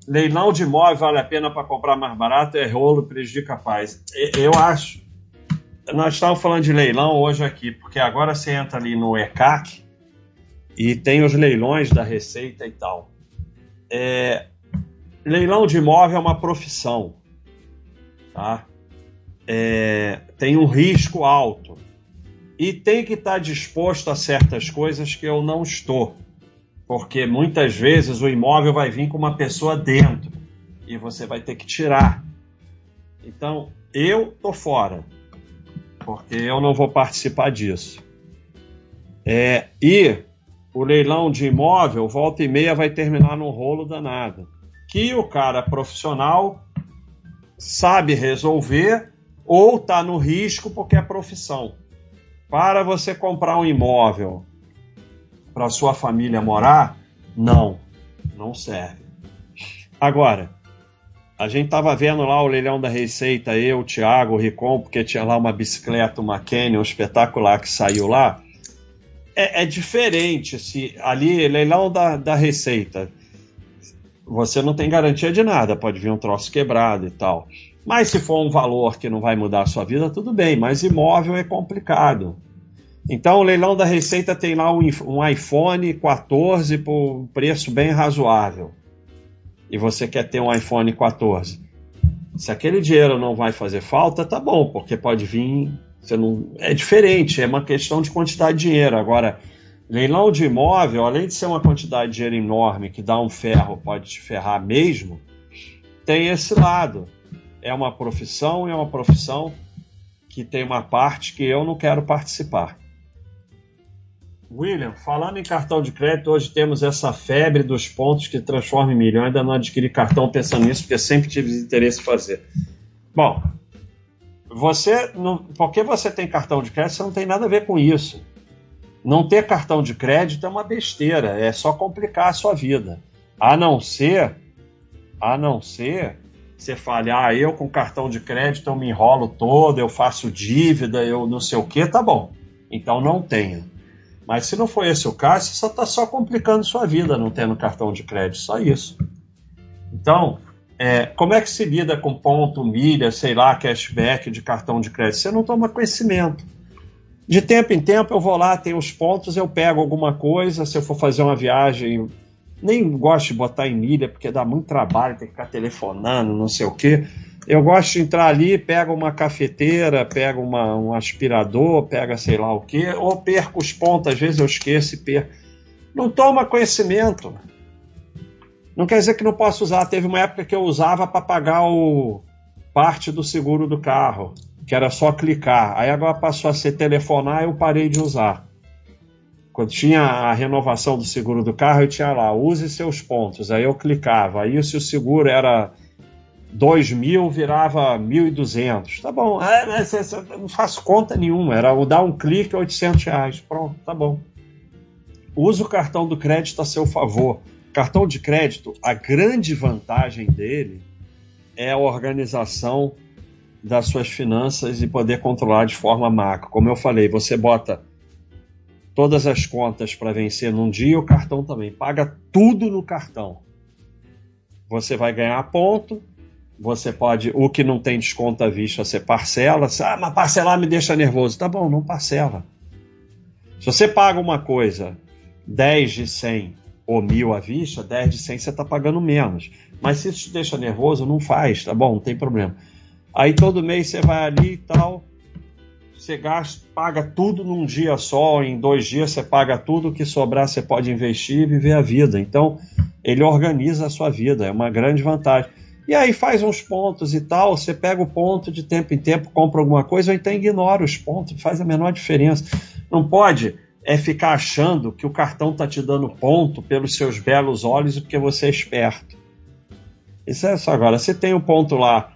leilão de imóvel vale a pena para comprar mais barato, é rolo, prejudica a paz. Eu acho. Nós estávamos falando de leilão hoje aqui, porque agora você entra ali no ECAC e tem os leilões da Receita e tal. Leilão de imóvel é uma profissão, tá? Tem um risco alto e tem que estar disposto a certas coisas que eu não estou, porque muitas vezes o imóvel vai vir com uma pessoa dentro e você vai ter que tirar. Então, eu tô fora, porque eu não vou participar disso. E o leilão de imóvel, volta e meia, vai terminar num rolo danado, que o cara profissional sabe resolver ou está no risco porque é profissão. Para você comprar um imóvel para sua família morar, não serve. Agora, a gente estava vendo lá o leilão da Receita, eu, o Thiago, o Ricom, porque tinha lá uma bicicleta, uma Canyon espetacular que saiu lá. É diferente, se ali, leilão da Receita, você não tem garantia de nada, pode vir um troço quebrado e tal. Mas se for um valor que não vai mudar a sua vida, tudo bem, mas imóvel é complicado. Então o leilão da Receita tem lá um iPhone 14 por um preço bem razoável. E você quer ter um iPhone 14. Se aquele dinheiro não vai fazer falta, tá bom, porque pode vir... É diferente, é uma questão de quantidade de dinheiro. Agora, leilão de imóvel, além de ser uma quantidade de dinheiro enorme que dá um ferro, pode te ferrar mesmo, tem esse lado. É uma profissão que tem uma parte que eu não quero participar. William, falando em cartão de crédito, hoje temos essa febre dos pontos que transforma em milhão. Eu ainda não adquiri cartão pensando nisso, porque sempre tive interesse em fazer. Bom, porque você tem cartão de crédito, você não tem nada a ver com isso. Não ter cartão de crédito é uma besteira, é só complicar a sua vida. A não ser você fale, eu com cartão de crédito eu me enrolo todo, eu faço dívida, eu não sei o que, tá bom. Então não tenha. Mas se não for esse o caso, você está só complicando sua vida não tendo cartão de crédito, só isso. Então, como é que se lida com ponto, milha, sei lá, cashback de cartão de crédito? Você não toma conhecimento. De tempo em tempo eu vou lá, tem os pontos, eu pego alguma coisa, se eu for fazer uma viagem, nem gosto de botar em milha, porque dá muito trabalho, tem que ficar telefonando, não sei o quê. Eu gosto de entrar ali, pego uma cafeteira, pego um aspirador, pega sei lá o quê, ou perco os pontos, às vezes eu esqueço e perco. Não toma conhecimento. Não quer dizer que não posso usar. Teve uma época que eu usava para pagar parte do seguro do carro, que era só clicar. Aí agora passou a ser telefonar, eu parei de usar. Quando tinha a renovação do seguro do carro, eu tinha lá, use seus pontos. Aí eu clicava. Aí se o seguro era 2.000, virava 1.200. Tá bom, eu não faço conta nenhuma. Era dar um clique, R$800. Pronto, tá bom. Use o cartão do crédito a seu favor. Cartão de crédito, a grande vantagem dele é a organização das suas finanças e poder controlar de forma macro. Como eu falei, você bota todas as contas para vencer num dia, o cartão também paga tudo no cartão. Você vai ganhar ponto, você pode, o que não tem desconto à vista, você parcela. Mas parcelar me deixa nervoso. Tá bom, não parcela. Se você paga uma coisa 10 de 100 ou 1.000 à vista, 10 de 100 você está pagando menos. Mas se isso te deixa nervoso, não faz, tá bom, não tem problema. Aí todo mês você vai ali e tal, você paga tudo num dia só, em 2 dias você paga tudo, o que sobrar você pode investir e viver a vida. Então, ele organiza a sua vida, é uma grande vantagem. E aí faz uns pontos e tal, você pega o ponto de tempo em tempo, compra alguma coisa, ou então ignora os pontos, faz a menor diferença. Não pode ficar achando que o cartão está te dando ponto pelos seus belos olhos e porque você é esperto. Isso é só agora. Você tem um ponto lá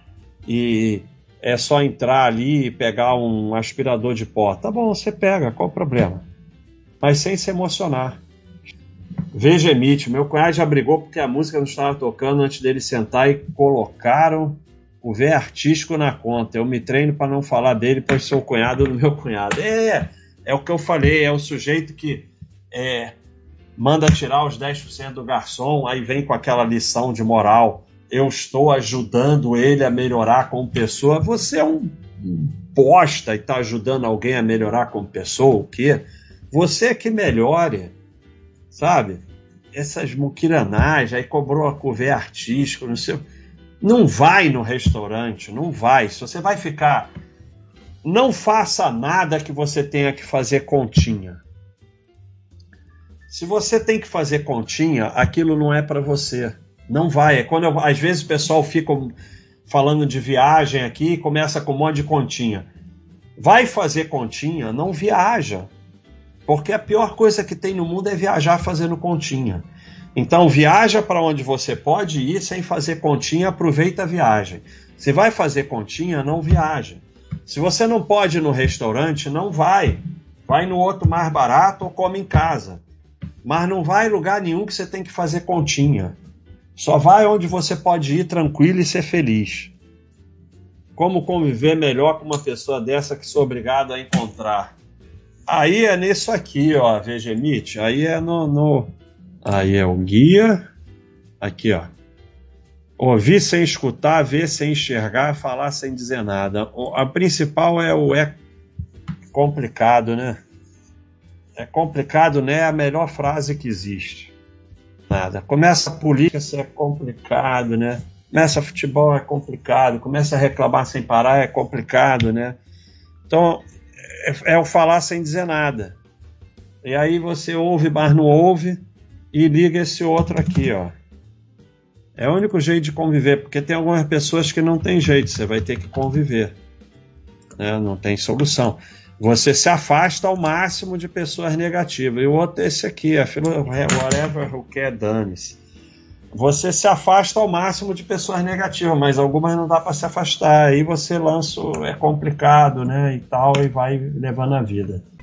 e é só entrar ali e pegar um aspirador de pó. Tá bom, você pega, qual o problema? Mas sem se emocionar. Veja, Emite, meu cunhado já brigou porque a música não estava tocando antes dele sentar e colocaram o V artístico na conta. Eu me treino para não falar dele, pois sou o cunhado do meu cunhado. É o que eu falei, é o sujeito que manda tirar os 10% do garçom, aí vem com aquela lição de moral. Eu estou ajudando ele a melhorar como pessoa. Você é um bosta e está ajudando alguém a melhorar como pessoa, o quê? Você é que melhore, sabe? Essas muquiranagens, aí cobrou a couvert artístico, não sei. Não vai no restaurante, não vai. Se você vai ficar... Não faça nada que você tenha que fazer continha. Se você tem que fazer continha, aquilo não é para você. Não vai. É quando às vezes o pessoal fica falando de viagem aqui e começa com um monte de continha. Vai fazer continha, não viaja. Porque a pior coisa que tem no mundo é viajar fazendo continha. Então viaja para onde você pode ir sem fazer continha, aproveita a viagem. Se vai fazer continha, não viaja. Se você não pode ir no restaurante, não vai. Vai no outro mais barato ou come em casa. Mas não vai em lugar nenhum que você tem que fazer continha. Só vai onde você pode ir tranquilo e ser feliz. Como conviver melhor com uma pessoa dessa que sou obrigado a encontrar? Aí é nisso aqui, ó, Vegemite. Aí é Aí é o guia. Aqui, ó. Ouvir sem escutar, ver sem enxergar, falar sem dizer nada. A principal é o é complicado, né? É complicado, né? É a melhor frase que existe. Nada. Começa a política, é complicado, né? Começa futebol, é complicado. Começa a reclamar sem parar, é complicado, né? Então, é o falar sem dizer nada. E aí você ouve, mas não ouve, e liga esse outro aqui, ó. É o único jeito de conviver, porque tem algumas pessoas que não tem jeito, você vai ter que conviver, né? Não tem solução. Você se afasta ao máximo de pessoas negativas. E o outro é esse aqui, whatever who care, dane-se. Você se afasta ao máximo de pessoas negativas, mas algumas não dá para se afastar. Aí você lança, é complicado, né, e tal, e vai levando a vida.